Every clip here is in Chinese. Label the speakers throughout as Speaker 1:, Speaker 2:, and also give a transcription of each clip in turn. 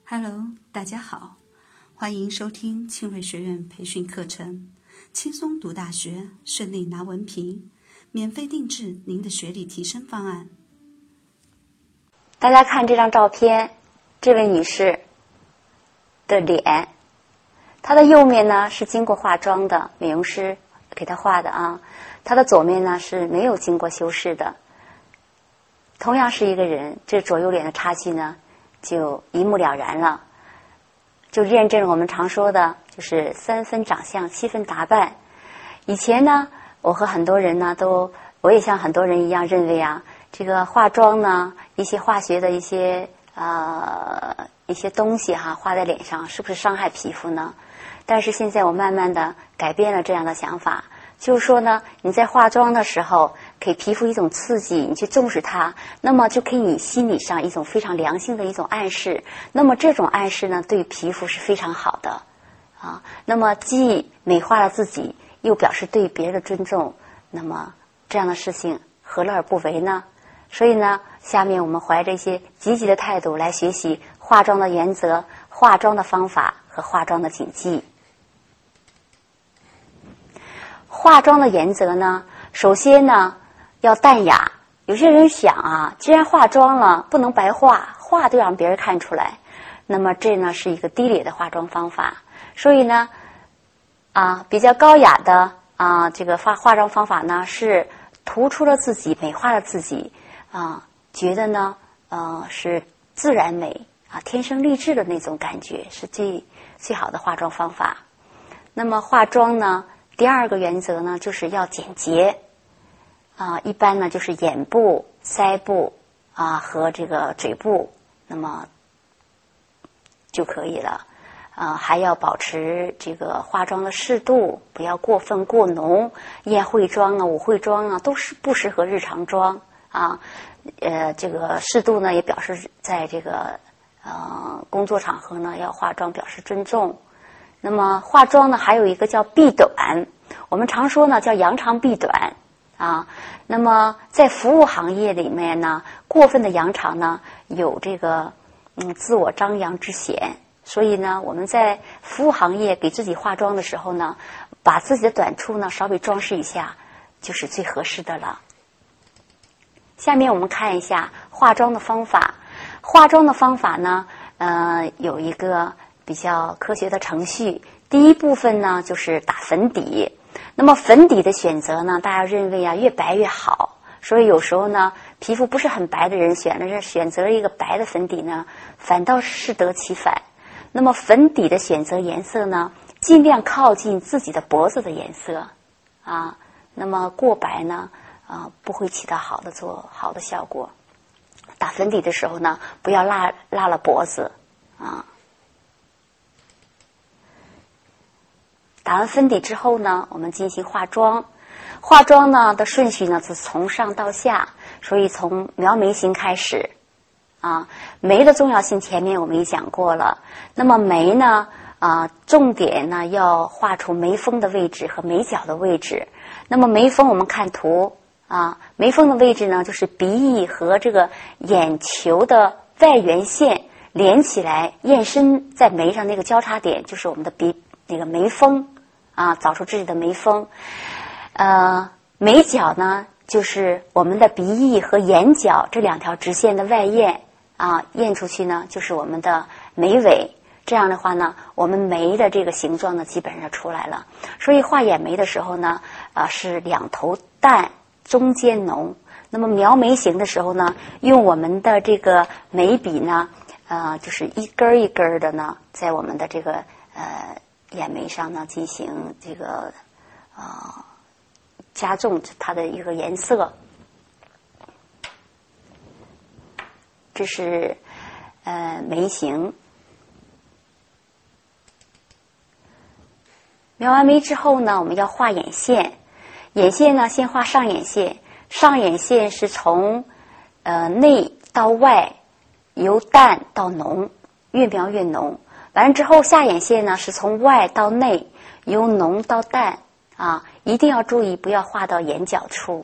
Speaker 1: Hello， 大家好，欢迎收听庆瑞学院培训课程，轻松读大学，顺利拿文凭，免费定制您的学历提升方案。
Speaker 2: 大家看这张照片，这位女士的脸，她的右面呢是经过化妆的，美容师给她画的啊，她的左面呢是没有经过修饰的。同样是一个人，这左右脸的差距呢就一目了然了，就验证了我们常说的就是3分长相7分打扮。以前呢我和很多人呢我也像很多人一样认为啊，这个化妆呢一些化学的一些东西画在脸上是不是伤害皮肤呢？但是现在我慢慢的改变了这样的想法，就是说呢，你在化妆的时候给皮肤一种刺激，你去重视它，那么就给你心理上一种非常良性的一种暗示，那么这种暗示呢对皮肤是非常好的啊。那么既美化了自己，又表示对别人的尊重，那么这样的事情何乐而不为呢？所以呢，下面我们怀着一些积极的态度来学习化妆的原则、化妆的方法和化妆的谨记。化妆的原则呢，首先呢要淡雅。有些人想啊，既然化妆了，不能白化，化都让别人看出来，那么这呢是一个低劣的化妆方法。所以呢比较高雅的这个化妆方法呢是突出了自己，美化了自己觉得呢是自然美天生丽质的那种感觉，是最好的化妆方法。那么化妆呢，第二个原则呢就是要简洁一般呢就是眼部、腮部和这个嘴部，那么就可以了。还要保持这个化妆的适度，不要过分过浓。宴会妆舞会妆都是不适合日常妆这个适度呢也表示在这个工作场合呢要化妆表示尊重。那么化妆呢还有一个叫避短，我们常说呢叫扬长避短那么在服务行业里面呢，过分的扬长呢有这个自我张扬之嫌，所以呢我们在服务行业给自己化妆的时候呢，把自己的短处呢稍微装饰一下就是最合适的了。下面我们看一下化妆的方法。化妆的方法呢有一个比较科学的程序。第一部分呢就是打粉底。那么粉底的选择呢，大家认为越白越好，所以有时候呢皮肤不是很白的人选择一个白的粉底呢，反倒适得其反。那么粉底的选择颜色呢，尽量靠近自己的脖子的颜色那么过白呢不会起到好的效果。打粉底的时候呢，不要辣了脖子打完粉底之后呢，我们进行化妆。化妆呢的顺序呢是从上到下，所以从描眉形开始眉的重要性前面我们也讲过了。那么眉呢重点呢要画出眉峰的位置和眉角的位置。那么眉峰我们看图眉峰的位置呢就是鼻翼和这个眼球的外缘线连起来延伸在眉上那个交叉点，就是我们的那个眉峰找出自己的眉峰。眉角呢就是我们的鼻翼和眼角这两条直线的外延延出去呢就是我们的眉尾。这样的话呢，我们眉的这个形状呢基本上出来了。所以画眼眉的时候呢是两头淡中间浓。那么描眉形的时候呢，用我们的这个眉笔呢就是一根一根的呢在我们的这个眼眉上呢进行这个加重它的一个颜色。这是眉形。描完眉之后呢，我们要画眼线。眼线呢先画上眼线，上眼线是从内到外由淡到浓，越描越浓。完了之后下眼线呢是从外到内由浓到淡一定要注意不要画到眼角处。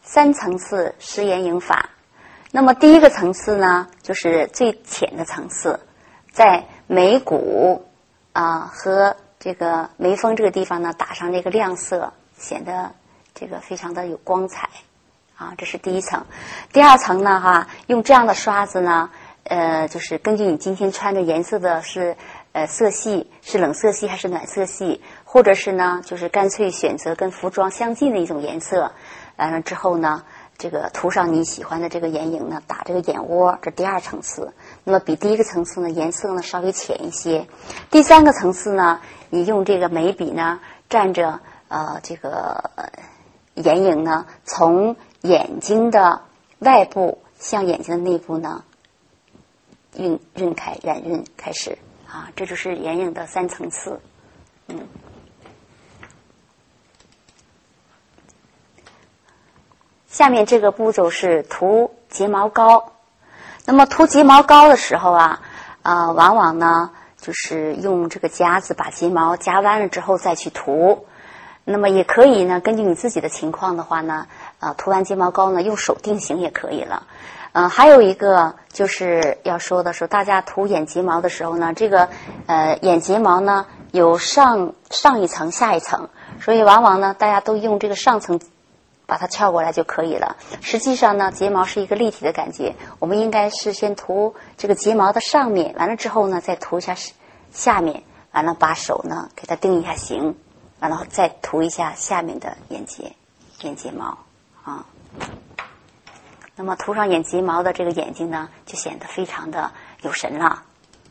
Speaker 2: 3层次施眼影法。那么第一个层次呢，就是最浅的层次，在眉骨和这个眉峰这个地方呢打上这个亮色，显得这个非常的有光彩这是第一层。第二层呢用这样的刷子呢就是根据你今天穿的颜色的是色系是冷色系还是暖色系，或者是呢就是干脆选择跟服装相近的一种颜色，完了之后呢这个涂上你喜欢的这个眼影呢，打这个眼窝，这第2层次。那么比第一个层次呢颜色呢稍微浅一些。第3个层次呢，你用这个眉笔呢蘸着这个眼影呢，从眼睛的外部向眼睛的内部呢染润开始这就是眼影的3层次。下面这个步骤是涂睫毛膏。那么涂睫毛膏的时候往往呢就是用这个夹子把睫毛夹弯了之后再去涂。那么也可以呢，根据你自己的情况的话呢，涂完睫毛膏呢用手定型也可以了。还有一个就是要说的是，大家涂眼睫毛的时候呢，这个眼睫毛呢有上一层下一层，所以往往呢大家都用这个上层把它翘过来就可以了。实际上呢，睫毛是一个立体的感觉，我们应该是先涂这个睫毛的上面，完了之后呢再涂一下下面，完了把手呢给它定一下形，完了再涂一下下面的眼睫毛那么涂上眼睫毛的这个眼睛呢就显得非常的有神了。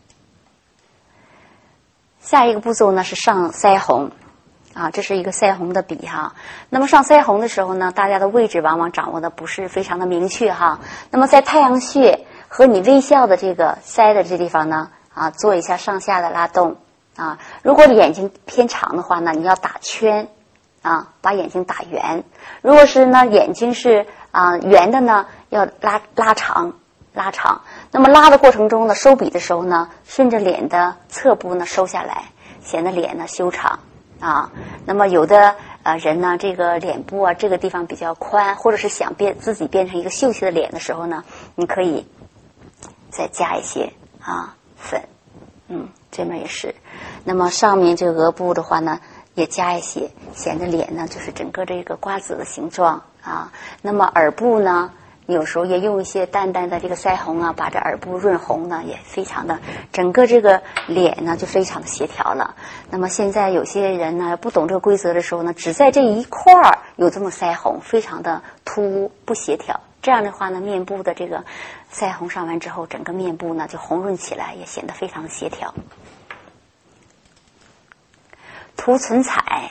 Speaker 2: 下一个步骤呢是上腮红这是一个腮红的笔那么上腮红的时候呢，大家的位置往往掌握的不是非常的明确那么在太阳穴和你微笑的这个腮的这地方呢做一下上下的拉动如果眼睛偏长的话呢，你要打圈把眼睛打圆。如果是呢眼睛是圆的呢，要拉长。那么拉的过程中呢，收笔的时候呢，顺着脸的侧部呢收下来，显得脸呢修长那么有的人呢，这个脸部这个地方比较宽，或者是想自己变成一个秀气的脸的时候呢，你可以再加一些粉这边也是。那么上面这个额部的话呢也加一些，显得脸呢就是整个这个瓜子的形状那么耳部呢有时候也用一些淡淡的这个腮红把这耳部润红呢，也非常的整个这个脸呢就非常的协调了。那么现在有些人呢不懂这个规则的时候呢，只在这一块有这么腮红，非常的突兀不协调。这样的话呢，面部的这个腮红上完之后，整个面部呢就红润起来，也显得非常的协调。涂唇彩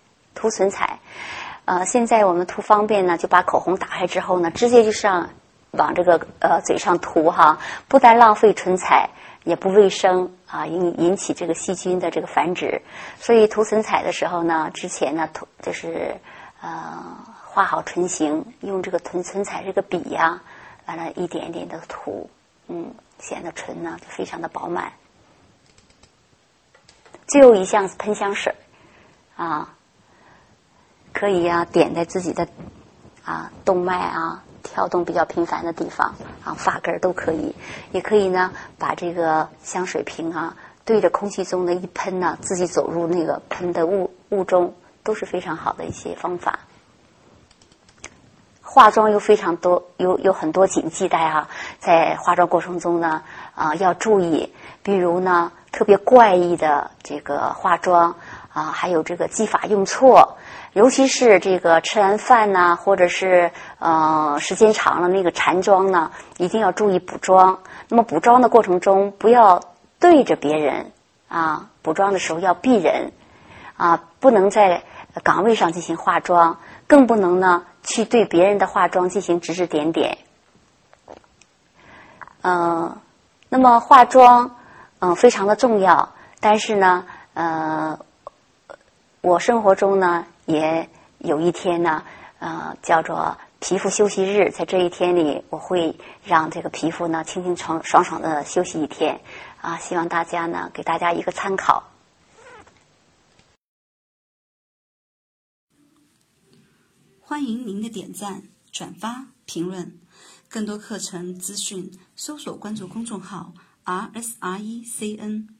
Speaker 2: 现在我们涂方便呢，就把口红打开之后呢，直接就往这个嘴上涂不但浪费唇彩，也不卫生引起这个细菌的这个繁殖。所以涂唇彩的时候呢，之前呢就是画好唇形，用这个唇彩这个笔完了一点一点的涂显得唇呢就非常的饱满。最后一项是喷香水可以点在自己的动脉跳动比较频繁的地方发根都可以。也可以呢把这个香水瓶对着空气中的一喷呢，自己走入那个喷的雾中，都是非常好的一些方法。化妆有非常多有很多谨记的在化妆过程中呢要注意，比如呢特别怪异的这个化妆还有这个技法用错，尤其是这个吃完饭或者是时间长了那个缠妆呢，一定要注意补妆。那么补妆的过程中不要对着别人补妆的时候要避人不能在岗位上进行化妆，更不能呢去对别人的化妆进行指指点点。那么化妆非常的重要，但是呢我生活中呢也有一天呢叫做皮肤休息日，在这一天里我会让这个皮肤呢清清爽爽的休息一天希望大家呢给大家一个参考。
Speaker 1: 欢迎您的点赞、 转发、评论。更多课程资讯，搜索关注公众号 RSRECN。